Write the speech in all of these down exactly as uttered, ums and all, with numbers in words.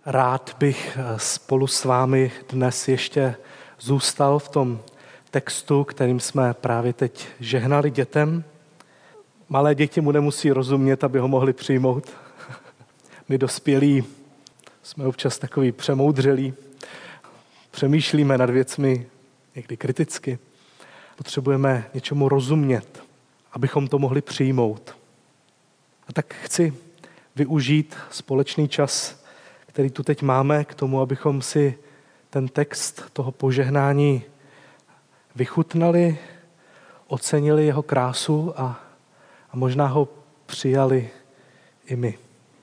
Rád bych spolu s vámi dnes ještě zůstal v tom textu, kterým jsme právě teď žehnali dětem. Malé děti mu nemusí rozumět, aby ho mohli přijmout. My dospělí jsme občas takový přemoudřelí, přemýšlíme nad věcmi někdy kriticky. Potřebujeme něčemu rozumět, abychom to mohli přijmout. A tak chci využít společný čas, který tu teď máme, k tomu, abychom si ten text toho požehnání vychutnali, ocenili jeho krásu a, a možná ho přijali i my.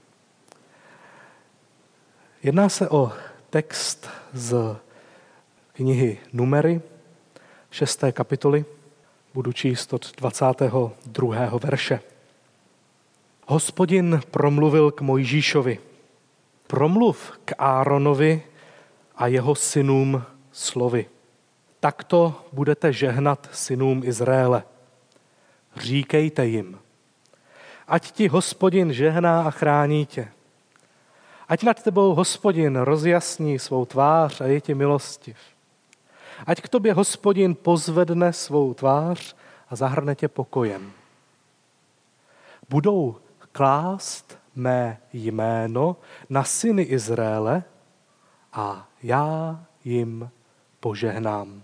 Jedná se o text z knihy Numery, šesté kapitoly. Budu číst od dvacátého druhého verše. Hospodin promluvil k Mojžíšovi. Promluv k Áronovi a jeho synům slovy. Takto budete žehnat synům Izraele. Říkejte jim. Ať ti Hospodin žehná a chrání tě. Ať nad tebou Hospodin rozjasní svou tvář a je ti milostiv. Ať k tobě Hospodin pozvedne svou tvář a zahrne tě pokojem. Budou klást mé jméno na syny Izraele a já jim požehnám.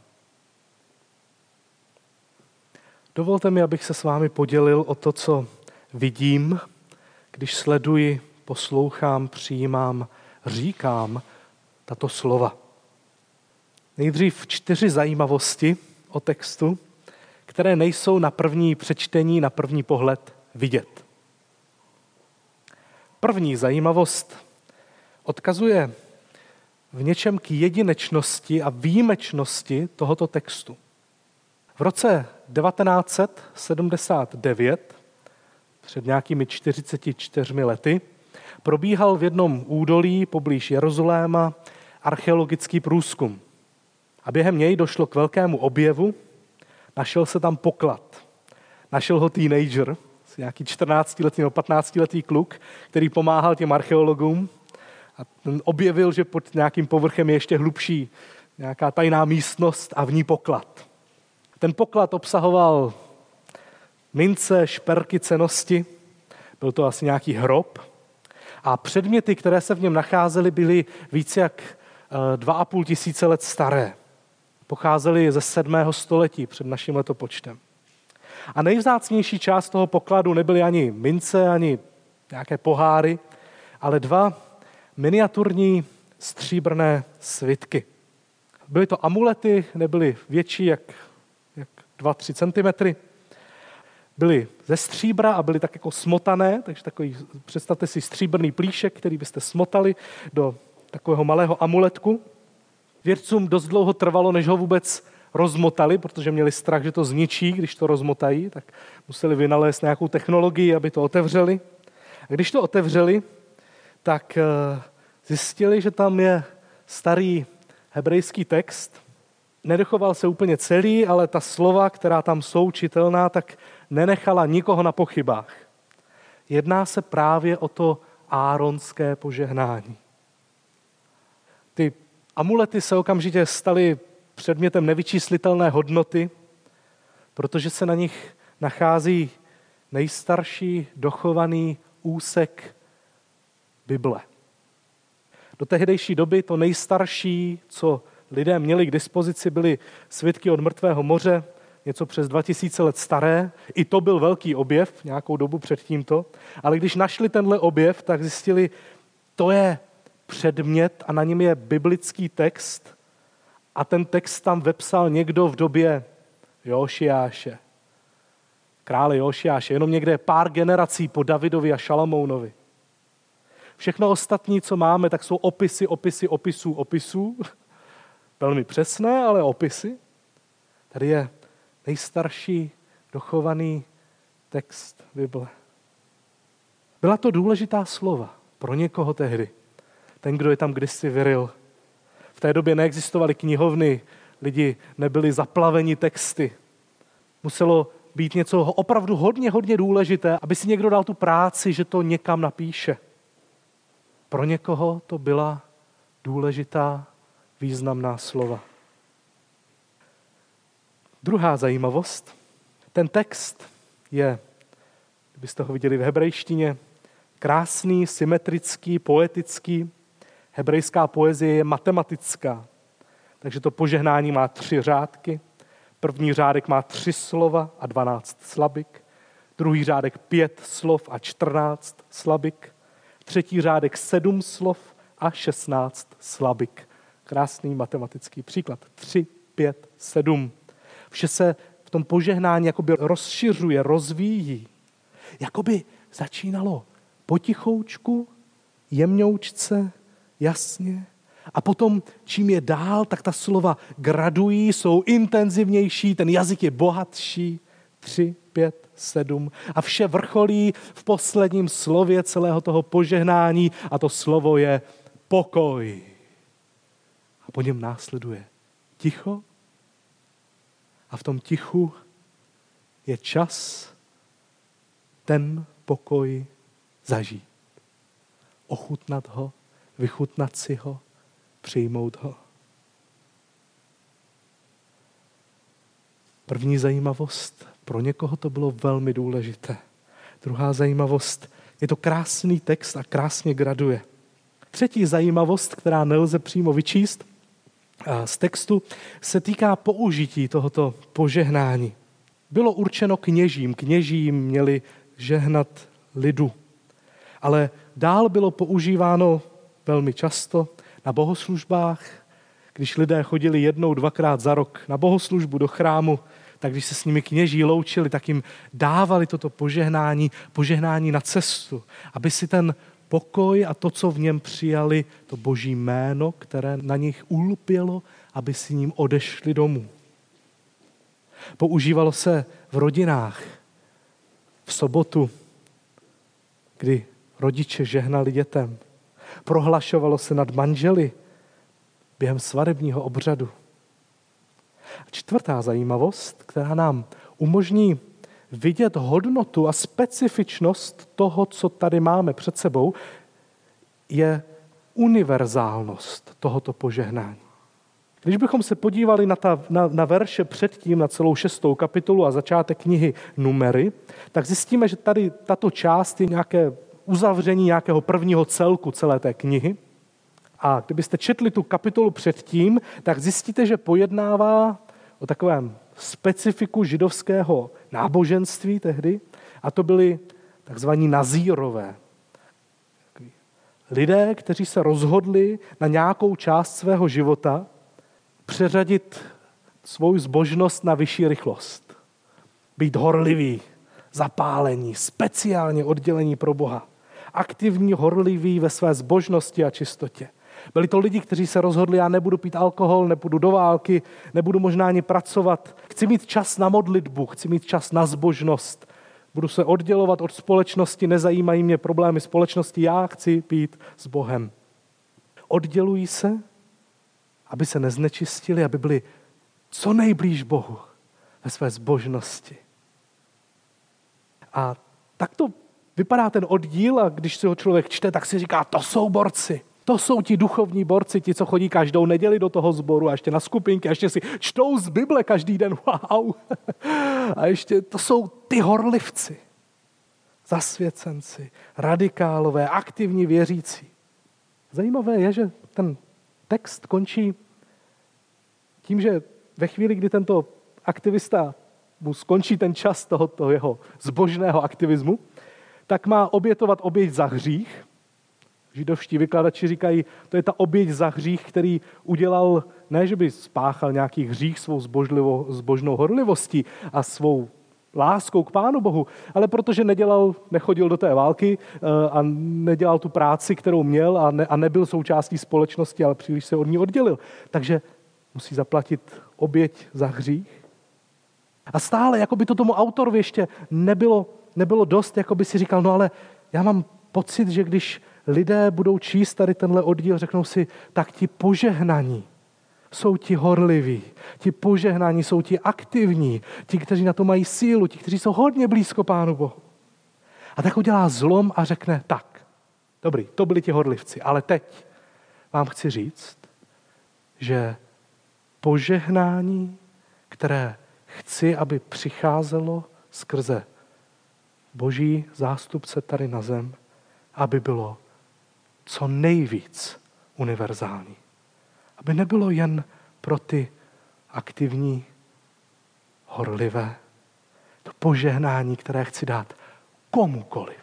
Dovolte mi, abych se s vámi podělil o to, co vidím, když sleduji, poslouchám, přijímám, říkám tato slova. Nejdřív čtyři zajímavosti o textu, které nejsou na první přečtení, na první pohled vidět. První zajímavost odkazuje v něčem k jedinečnosti a výjimečnosti tohoto textu. V roce devatenáct set sedmdesát devět, před nějakými čtyřiceti čtyřmi lety, probíhal v jednom údolí poblíž Jeruzaléma archeologický průzkum. A během něj došlo k velkému objevu, našel se tam poklad. Našel ho teenager, nějaký čtrnáctiletý nebo patnáctiletý kluk, který pomáhal těm archeologům a objevil, že pod nějakým povrchem je ještě hlubší nějaká tajná místnost a v ní poklad. Ten poklad obsahoval mince, šperky, cennosti, byl to asi nějaký hrob a předměty, které se v něm nacházely, byly více jak dva a půl tisíce let staré. Pocházely ze sedmého století před naším letopočtem. A nejvzácnější část toho pokladu nebyly ani mince, ani nějaké poháry, ale dva miniaturní stříbrné svitky. Byly to amulety, nebyly větší jak, jak dva tři centimetry. Byly ze stříbra a byly tak jako smotané, takže takový, představte si stříbrný plíšek, který byste smotali do takového malého amuletku. Vědcům dost dlouho trvalo, než ho vůbec rozmotali, protože měli strach, že to zničí, když to rozmotají, tak museli vynalézt nějakou technologii, aby to otevřeli. A když to otevřeli, tak zjistili, že tam je starý hebrejský text. Nedochoval se úplně celý, ale ta slova, která tam jsou čitelná, tak nenechala nikoho na pochybách. Jedná se právě o to áronské požehnání. Ty amulety se okamžitě staly předmětem nevyčíslitelné hodnoty, protože se na nich nachází nejstarší dochovaný úsek Bible. Do tehdejší doby to nejstarší, co lidé měli k dispozici, byly svitky od Mrtvého moře, něco přes dva tisíce let staré. I to byl velký objev, nějakou dobu před tímto. Ale když našli tenhle objev, tak zjistili, to je předmět a na něm je biblický text a ten text tam vepsal někdo v době Jošiáše, krále Jošiáše, jenom někde pár generací po Davidovi a Šalamounovi. Všechno ostatní, co máme, tak jsou opisy, opisy, opisů, opisů. Velmi přesné, ale opisy. Tady je nejstarší dochovaný text Bible. Byla to důležitá slova pro někoho tehdy. Ten, kdo je tam kdysi vyryl. V té době neexistovaly knihovny, lidi nebyli zaplaveni texty. Muselo být něco opravdu hodně, hodně důležité, aby si někdo dal tu práci, že to někam napíše. Pro někoho to byla důležitá, významná slova. Druhá zajímavost. Ten text je, kdybyste ho viděli v hebrejštině, krásný, symetrický, poetický. Hebrejská poezie je matematická, takže to požehnání má tři řádky. První řádek má tři slova a dvanáct slabik. Druhý řádek pět slov a čtrnáct slabik. Třetí řádek sedm slov a šestnáct slabik. Krásný matematický příklad. Tři, pět, sedm. Vše se v tom požehnání jakoby rozšiřuje, rozvíjí. Jakoby začínalo potichoučku, jemňoučce, jasně. A potom, čím je dál, tak ta slova gradují, jsou intenzivnější, ten jazyk je bohatší. Tři, pět, sedm. A vše vrcholí v posledním slově celého toho požehnání a to slovo je pokoj. A po něm následuje ticho. A v tom tichu je čas ten pokoj zažít. Ochutnat ho, vychutnat si ho, přijmout ho. První zajímavost, pro někoho to bylo velmi důležité. Druhá zajímavost, je to krásný text a krásně graduje. Třetí zajímavost, která nelze přímo vyčíst z textu, se týká použití tohoto požehnání. Bylo určeno kněžím, kněžím měli žehnat lidu. Ale dál bylo používáno velmi často na bohoslužbách, když lidé chodili jednou, dvakrát za rok na bohoslužbu do chrámu, tak když se s nimi kněží loučili, tak jim dávali toto požehnání, požehnání na cestu, aby si ten pokoj a to, co v něm přijali, to boží jméno, které na nich ulpělo, aby si ním odešli domů. Používalo se v rodinách v sobotu, kdy rodiče žehnali dětem. Prohlašovalo se nad manželi během svatebního obřadu. A čtvrtá zajímavost, která nám umožní vidět hodnotu a specifičnost toho, co tady máme před sebou, je univerzálnost tohoto požehnání. Když bychom se podívali na, ta, na, na verše předtím, na celou šestou kapitolu a začátek knihy Numery, tak zjistíme, že tady tato část je nějaké uzavření nějakého prvního celku celé té knihy. A kdybyste četli tu kapitolu předtím, tak zjistíte, že pojednává o takovém specifiku židovského náboženství tehdy, a to byli takzvaní nazírové. Lidé, kteří se rozhodli na nějakou část svého života přeřadit svou zbožnost na vyšší rychlost. Být horliví, zapálení, speciálně oddělení pro Boha. Aktivní, horliví ve své zbožnosti a čistotě. Byli to lidi, kteří se rozhodli, já nebudu pít alkohol, nepůjdu do války, nebudu možná ani pracovat. Chci mít čas na modlitbu, chci mít čas na zbožnost. Budu se oddělovat od společnosti, nezajímají mě problémy společnosti, já chci být s Bohem. Oddělují se, aby se neznečistili, aby byli co nejblíž Bohu ve své zbožnosti. A tak to vypadá ten oddíl a když si ho člověk čte, tak si říká, to jsou borci. To jsou ti duchovní borci, ti, co chodí každou neděli do toho sboru a ještě na skupinky a ještě si čtou z Bible každý den. Wow. A ještě to jsou ty horlivci, zasvěcenci, radikálové, aktivní věřící. Zajímavé je, že ten text končí tím, že ve chvíli, kdy tento aktivista mu skončí ten čas tohoto jeho zbožného aktivismu, tak má obětovat oběť za hřích. Židovští vykladači říkají, to je ta oběť za hřích, který udělal, ne, že by spáchal nějaký hřích svou zbožnou horlivostí a svou láskou k Pánu Bohu, ale protože nedělal, nechodil do té války a nedělal tu práci, kterou měl a, ne, a nebyl součástí společnosti, ale příliš se od ní oddělil. Takže musí zaplatit oběť za hřích. A stále, jako by to tomu autorovi ještě nebylo, nebylo dost, jako by si říkal, no ale já mám pocit, že když lidé budou číst tady tenhle oddíl, řeknou si, tak ti požehnaní jsou ti horliví, ti požehnaní jsou ti aktivní, ti, kteří na to mají sílu, ti, kteří jsou hodně blízko Pánu Bohu. A tak udělá zlom a řekne, tak, dobrý, to byli ti horlivci, ale teď vám chci říct, že požehnání, které chci, aby přicházelo skrze Boží zástupce tady na zem, aby bylo co nejvíc univerzální. Aby nebylo jen pro ty aktivní, horlivé. To požehnání, které chci dát komukoliv.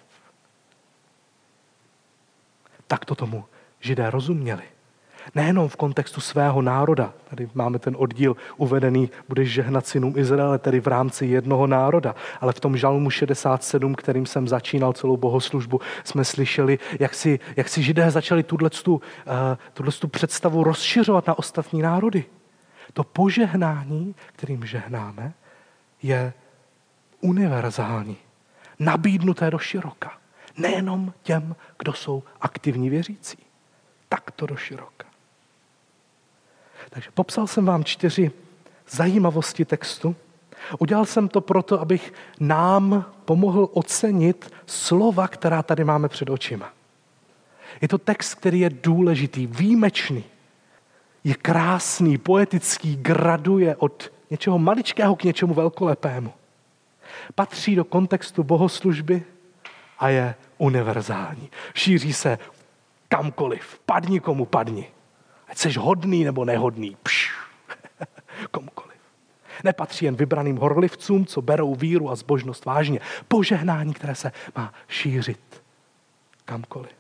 Tak to tomu Židé rozuměli. Nejenom v kontextu svého národa. Tady máme ten oddíl uvedený, budeš žehnat synům Izraele, tedy v rámci jednoho národa. Ale v tom žalmu šedesát sedm, kterým jsem začínal celou bohoslužbu, jsme slyšeli, jak si, jak si Židé začali tuto uh, představu rozšiřovat na ostatní národy. To požehnání, kterým žehnáme, je univerzální. Nabídnuté do široka. Nejenom těm, kdo jsou aktivní věřící. Tak to do široka. Takže popsal jsem vám čtyři zajímavosti textu. Udělal jsem to proto, abych nám pomohl ocenit slova, která tady máme před očima. Je to text, který je důležitý, výjimečný. Je krásný, poetický, graduje od něčeho maličkého k něčemu velkolepému. Patří do kontextu bohoslužby a je univerzální. Šíří se kamkoliv. Padni komu padni. Ať jsi hodný nebo nehodný. Pš. Komukoliv. Nepatří jen vybraným horlivcům, co berou víru a zbožnost vážně. Požehnání, které se má šířit kamkoliv.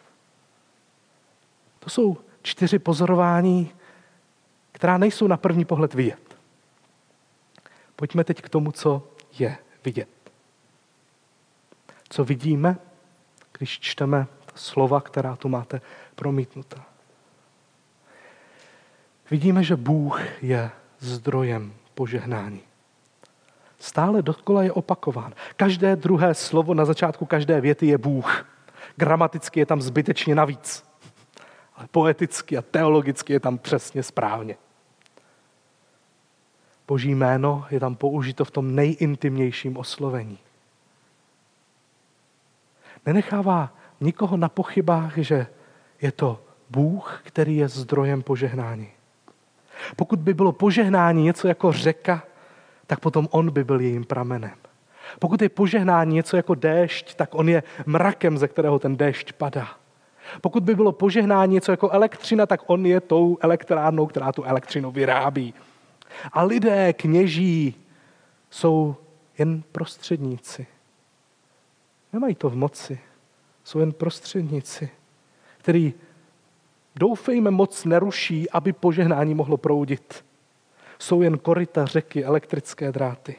To jsou čtyři pozorování, která nejsou na první pohled vidět. Pojďme teď k tomu, co je vidět. Co vidíme, když čteme slova, která tu máte promítnutá. Vidíme, že Bůh je zdrojem požehnání. Stále dokola je opakován. Každé druhé slovo na začátku každé věty je Bůh. Gramaticky je tam zbytečně navíc. Ale poeticky a teologicky je tam přesně správně. Boží jméno je tam použito v tom nejintimnějším oslovení. Nenechává nikoho na pochybách, že je to Bůh, který je zdrojem požehnání. Pokud by bylo požehnání něco jako řeka, tak potom on by byl jejím pramenem. Pokud je požehnání něco jako déšť, tak on je mrakem, ze kterého ten déšť padá. Pokud by bylo požehnání něco jako elektřina, tak on je tou elektrárnou, která tu elektřinu vyrábí. A lidé, kněží, jsou jen prostředníci. Nemají to v moci. Jsou jen prostředníci, který doufejme moc neruší, aby požehnání mohlo proudit. Jsou jen koryta řeky, elektrické dráty.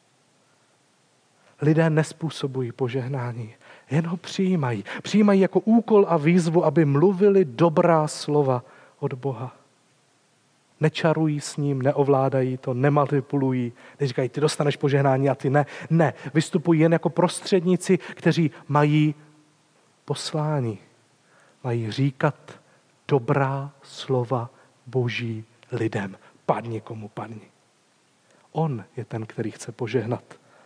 Lidé nespůsobují požehnání, jen ho přijímají. Přijímají jako úkol a výzvu, aby mluvili dobrá slova od Boha. Nečarují s ním, neovládají to, nemanipulují. Neříkají, ty dostaneš požehnání a ty ne. Ne, vystupují jen jako prostředníci, kteří mají poslání. Mají říkat dobrá slova Boží lidem. Padni komu padni. On je ten, který chce požehnat.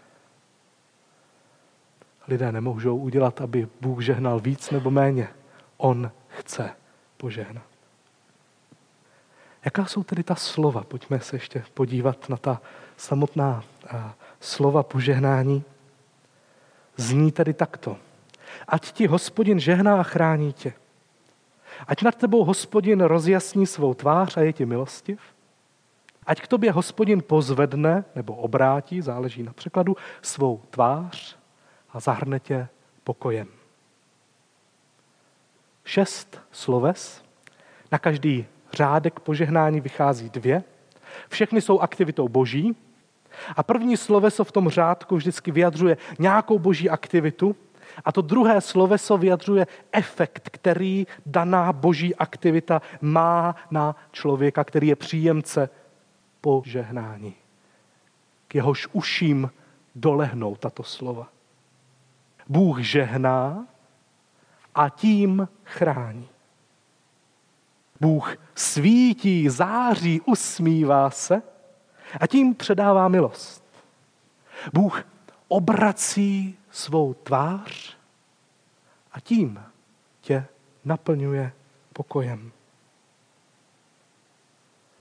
Lidé nemůžou udělat, aby Bůh žehnal víc nebo méně. On chce požehnat. Jaká jsou tedy ta slova? Pojďme se ještě podívat na ta samotná a, slova požehnání. Zní tedy takto. Ať ti Hospodin žehná a chrání tě. Ať nad tebou Hospodin rozjasní svou tvář a je ti milostiv. Ať k tobě Hospodin pozvedne nebo obrátí, záleží na překladu, svou tvář a zahrne tě pokojem. Šest sloves. Na každý řádek požehnání vychází dvě. Všechny jsou aktivitou Boží. A první sloveso v tom řádku vždycky vyjadřuje nějakou Boží aktivitu. A to druhé sloveso vyjadřuje efekt, který daná Boží aktivita má na člověka, který je příjemce požehnání. K jehož uším dolehnou tato slova. Bůh žehná a tím chrání. Bůh svítí, září, usmívá se a tím předává milost. Bůh obrací svou tvář a tím tě naplňuje pokojem.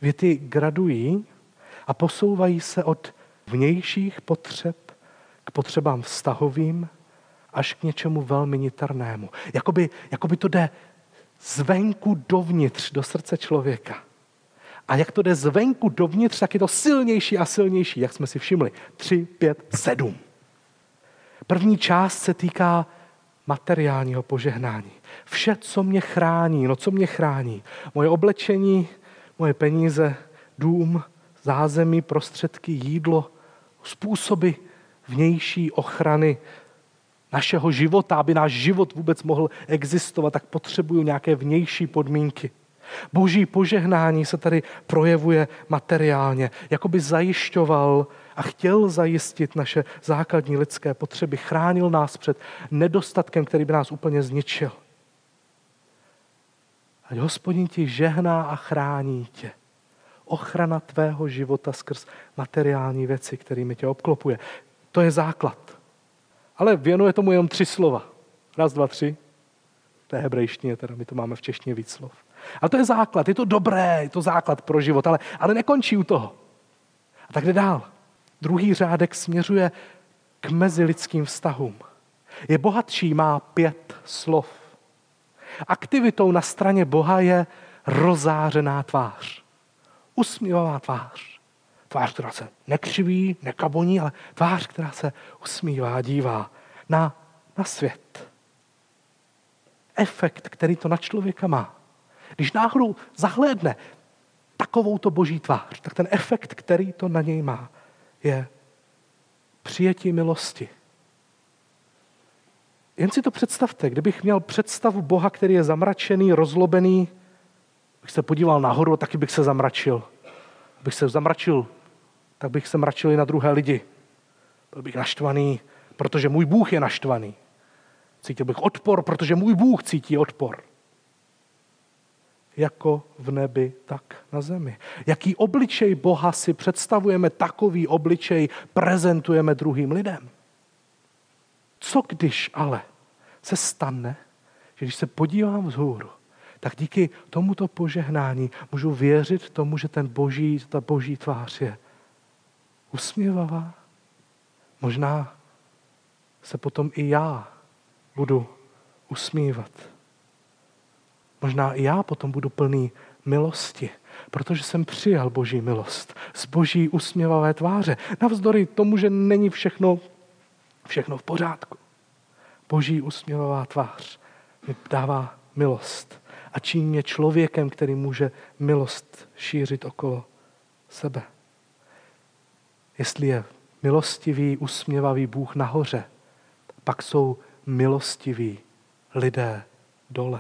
Věty gradují a posouvají se od vnějších potřeb k potřebám vztahovým až k něčemu velmi niternému. Jakoby, jakoby to jde zvenku dovnitř do srdce člověka. A jak to jde zvenku dovnitř, tak je to silnější a silnější, jak jsme si všimli. Tři, pět, sedm. První část se týká materiálního požehnání. Vše, co mě chrání, no co mě chrání? Moje oblečení, moje peníze, dům, zázemí, prostředky, jídlo, způsoby vnější ochrany našeho života, aby náš život vůbec mohl existovat, tak potřebuju nějaké vnější podmínky. Boží požehnání se tady projevuje materiálně, jako by zajišťoval a chtěl zajistit naše základní lidské potřeby. Chránil nás před nedostatkem, který by nás úplně zničil. Ať Hospodin ti žehná a chrání tě. Ochrana tvého života skrz materiální věci, kterými tě obklopuje. To je základ. Ale věnuje tomu jenom tři slova. Raz, dva, tři. To je hebrejštině, teda my to máme v češtině víc slov. Ale to je základ, je to dobré, je to základ pro život, ale, ale nekončí u toho. A tak jde dál. Druhý řádek směřuje k mezilidským vztahům. Je bohatší, má pět slov. Aktivitou na straně Boha je rozářená tvář. Usmívavá tvář. Tvář, která se nekřiví, nekaboní, ale tvář, která se usmívá, dívá na, na svět. Efekt, který to na člověka má. Když náhodou zahlédne takovouto boží tvář, tak ten efekt, který to na něj má, je přijetí milosti. Jen si to představte, kdybych měl představu Boha, který je zamračený, rozlobený, bych se podíval nahoru a taky bych se zamračil. Bych se zamračil, tak bych se mračil i na druhé lidi. Byl bych naštvaný, protože můj Bůh je naštvaný. Cítil bych odpor, protože můj Bůh cítí odpor. Jako v nebi, tak na zemi. Jaký obličej Boha si představujeme, takový obličej prezentujeme druhým lidem. Co když ale se stane, že když se podívám vzhůru, tak díky tomuto požehnání můžu věřit tomu, že ten boží, ta boží tvář je usměvavá. Možná se potom i já budu usmívat. Možná i já potom budu plný milosti, protože jsem přijal boží milost z boží usměvavé tváře. Navzdory tomu, že není všechno, všechno v pořádku. Boží usměvavá tvář mi dává milost a činí mě člověkem, který může milost šířit okolo sebe. Jestli je milostivý, usměvavý Bůh nahoře, pak jsou milostiví lidé dole.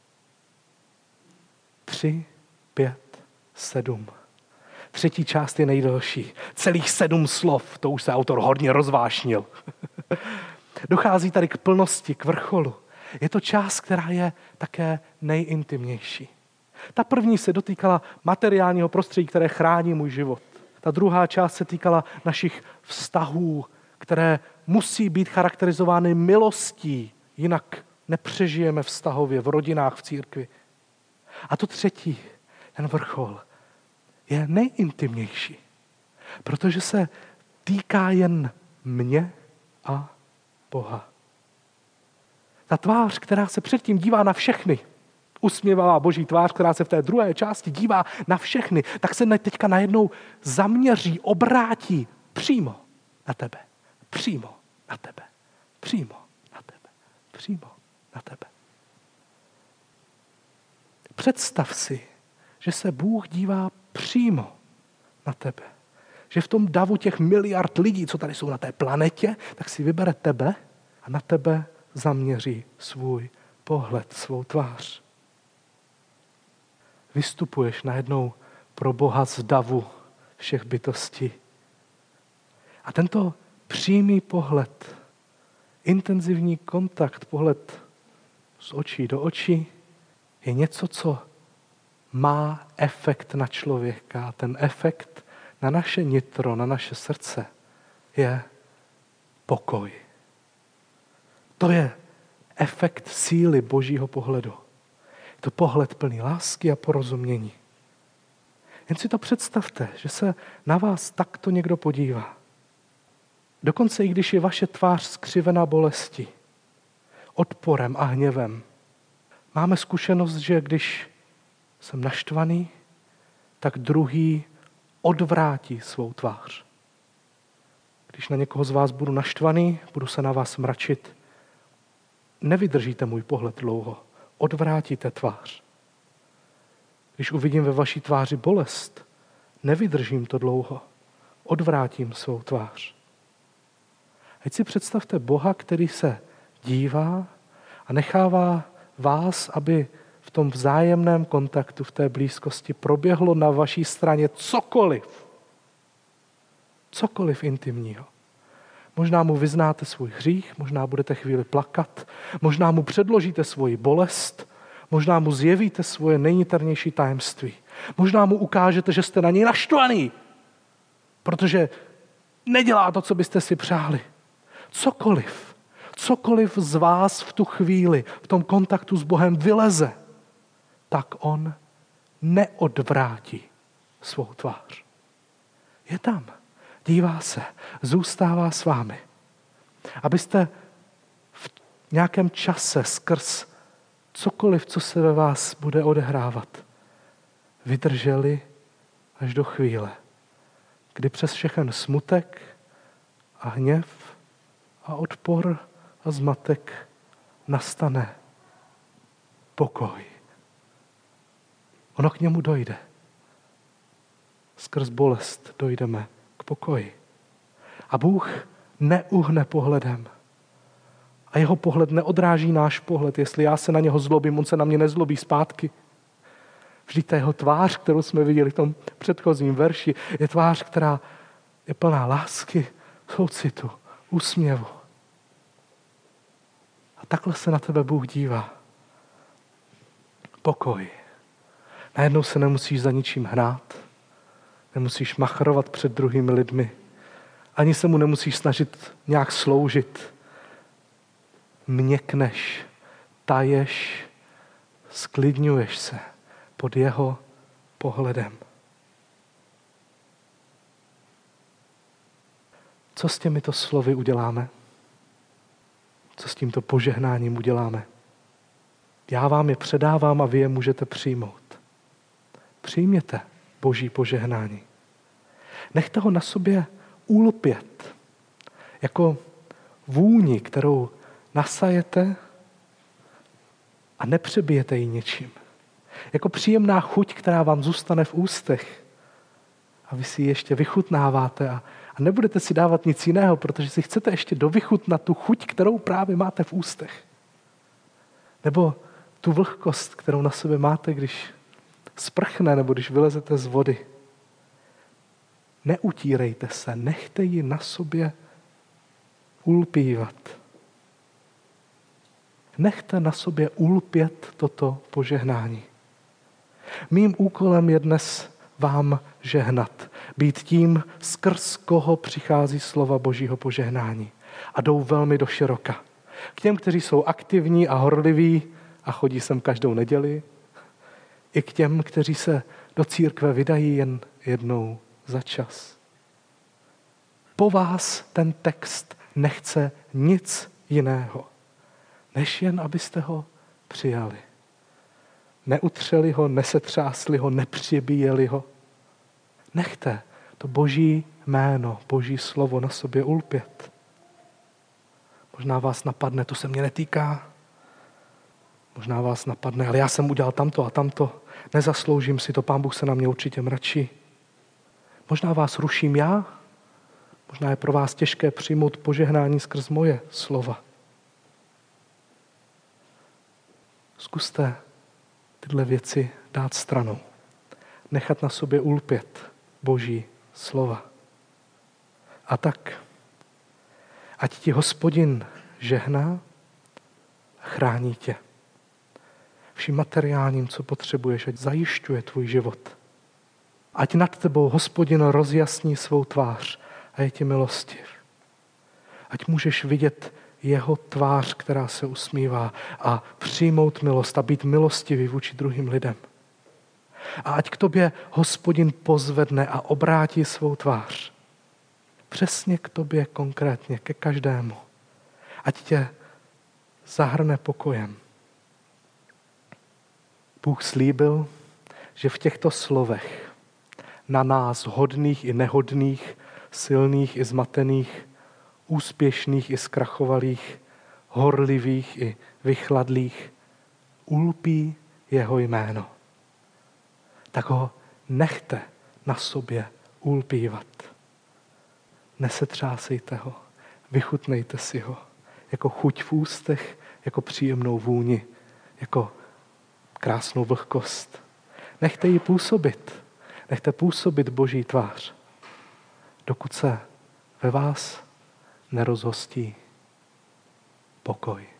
Tři, pět, sedm. Třetí část je nejdelší. Celých sedm slov, to už se autor hodně rozvášnil. Dochází tady k plnosti, k vrcholu. Je to část, která je také nejintimnější. Ta první se dotýkala materiálního prostředí, které chrání můj život. Ta druhá část se týkala našich vztahů, které musí být charakterizovány milostí, jinak nepřežijeme vztahově v rodinách, v církvi. A to třetí, ten vrchol, je nejintimnější, protože se týká jen mě a Boha. Ta tvář, která se předtím dívá na všechny, usměvavá boží tvář, která se v té druhé části dívá na všechny, tak se teďka najednou zaměří, obrátí přímo na tebe. Přímo na tebe. Přímo na tebe. Přímo na tebe. Představ si, že se Bůh dívá přímo na tebe. Že v tom davu těch miliard lidí, co tady jsou na té planetě, tak si vybere tebe a na tebe zaměří svůj pohled, svou tvář. Vystupuješ najednou pro Boha z davu všech bytostí. A tento přímý pohled, intenzivní kontakt, pohled z očí do očí, je něco, co má efekt na člověka. Ten efekt na naše nitro, na naše srdce je pokoj. To je efekt síly božího pohledu. Je to pohled plný lásky a porozumění. Jen si to představte, že se na vás takto někdo podívá. Dokonce i když je vaše tvář skřivena bolesti, odporem a hněvem. Máme zkušenost, že když jsem naštvaný, tak druhý odvrátí svou tvář. Když na někoho z vás budu naštvaný, budu se na vás mračit, nevydržíte můj pohled dlouho, odvrátíte tvář. Když uvidím ve vaší tváři bolest, nevydržím to dlouho, odvrátím svou tvář. Ať si představte Boha, který se dívá a nechává vás, aby v tom vzájemném kontaktu, v té blízkosti proběhlo na vaší straně cokoliv. Cokoliv intimního. Možná mu vyznáte svůj hřích, možná budete chvíli plakat, možná mu předložíte svoji bolest, možná mu zjevíte svoje nejniternější tajemství. Možná mu ukážete, že jste na něj naštvaný, protože nedělá to, co byste si přáli. Cokoliv, cokoliv z vás v tu chvíli, v tom kontaktu s Bohem vyleze, tak on neodvrátí svou tvář. Je tam, dívá se, zůstává s vámi. Abyste v nějakém čase skrz cokoliv, co se ve vás bude odehrávat, vydrželi až do chvíle, kdy přes všechen smutek a hněv a odpor a zmatek nastane pokoj. Ono k němu dojde. Skrz bolest dojdeme k pokoji. A Bůh neuhne pohledem. A jeho pohled neodráží náš pohled. Jestli já se na něho zlobím, on se na mě nezlobí zpátky. Vždyť ta jeho tvář, kterou jsme viděli v tom předchozím verši, je tvář, která je plná lásky, soucitu, úsměvu. A takhle se na tebe Bůh dívá. Pokoj. Najednou se nemusíš za ničím hnát, nemusíš machrovat před druhými lidmi, ani se mu nemusíš snažit nějak sloužit. Měkneš, taješ, sklidňuješ se pod jeho pohledem. Co s těmito slovy uděláme? Co s tímto požehnáním uděláme? Já vám je předávám a vy je můžete přijmout. Přijměte Boží požehnání. Nechte ho na sobě ulpět, jako vůni, kterou nasajete a nepřebijete ji něčím. Jako příjemná chuť, která vám zůstane v ústech a vy si ji ještě vychutnáváte a, a nebudete si dávat nic jiného, protože si chcete ještě dovychutnat tu chuť, kterou právě máte v ústech. Nebo tu vlhkost, kterou na sobě máte, když sprchne nebo když vylezete z vody. Neutírejte se, nechte ji na sobě ulpívat. Nechte na sobě ulpět toto požehnání. Mým úkolem je dnes vám žehnat. Být tím, skrz koho přichází slova Božího požehnání. A jdou velmi do široka. K těm, kteří jsou aktivní a horliví a chodí sem každou neděli, i k těm, kteří se do církve vydají jen jednou za čas. Po vás ten text nechce nic jiného, než jen abyste ho přijali. Neutřeli ho, nesetřásli ho, nepřibíjeli ho. Nechte to Boží jméno, Boží slovo na sobě ulpět. Možná vás napadne, to se mě netýká. Možná vás napadne, ale já jsem udělal tamto a tamto. Nezasloužím si to, Pán Bůh se na mě určitě mračí. Možná vás ruším já. Možná je pro vás těžké přijmout požehnání skrz moje slova. Zkuste tyhle věci dát stranou. Nechat na sobě ulpět Boží slova. A tak, ať ti Hospodin žehná a chrání tě. Vším materiálním, co potřebuješ, ať zajišťuje tvůj život. Ať nad tebou Hospodin rozjasní svou tvář a je ti milostiv. Ať můžeš vidět jeho tvář, která se usmívá a přijmout milost a být milostivý vůči druhým lidem. A ať k tobě Hospodin pozvedne a obrátí svou tvář. Přesně k tobě konkrétně, ke každému. Ať tě zahrne pokojem. Bůh slíbil, že v těchto slovech na nás hodných i nehodných, silných i zmatených, úspěšných i zkrachovalých, horlivých i vychladlých ulpí jeho jméno. Tak ho nechte na sobě ulpívat. Nesetřásejte ho, vychutnejte si ho jako chuť v ústech, jako příjemnou vůni, jako krásnou vlhkost. Nechte ji působit. Nechte působit Boží tvář, dokud se ve vás nerozhostí pokoj.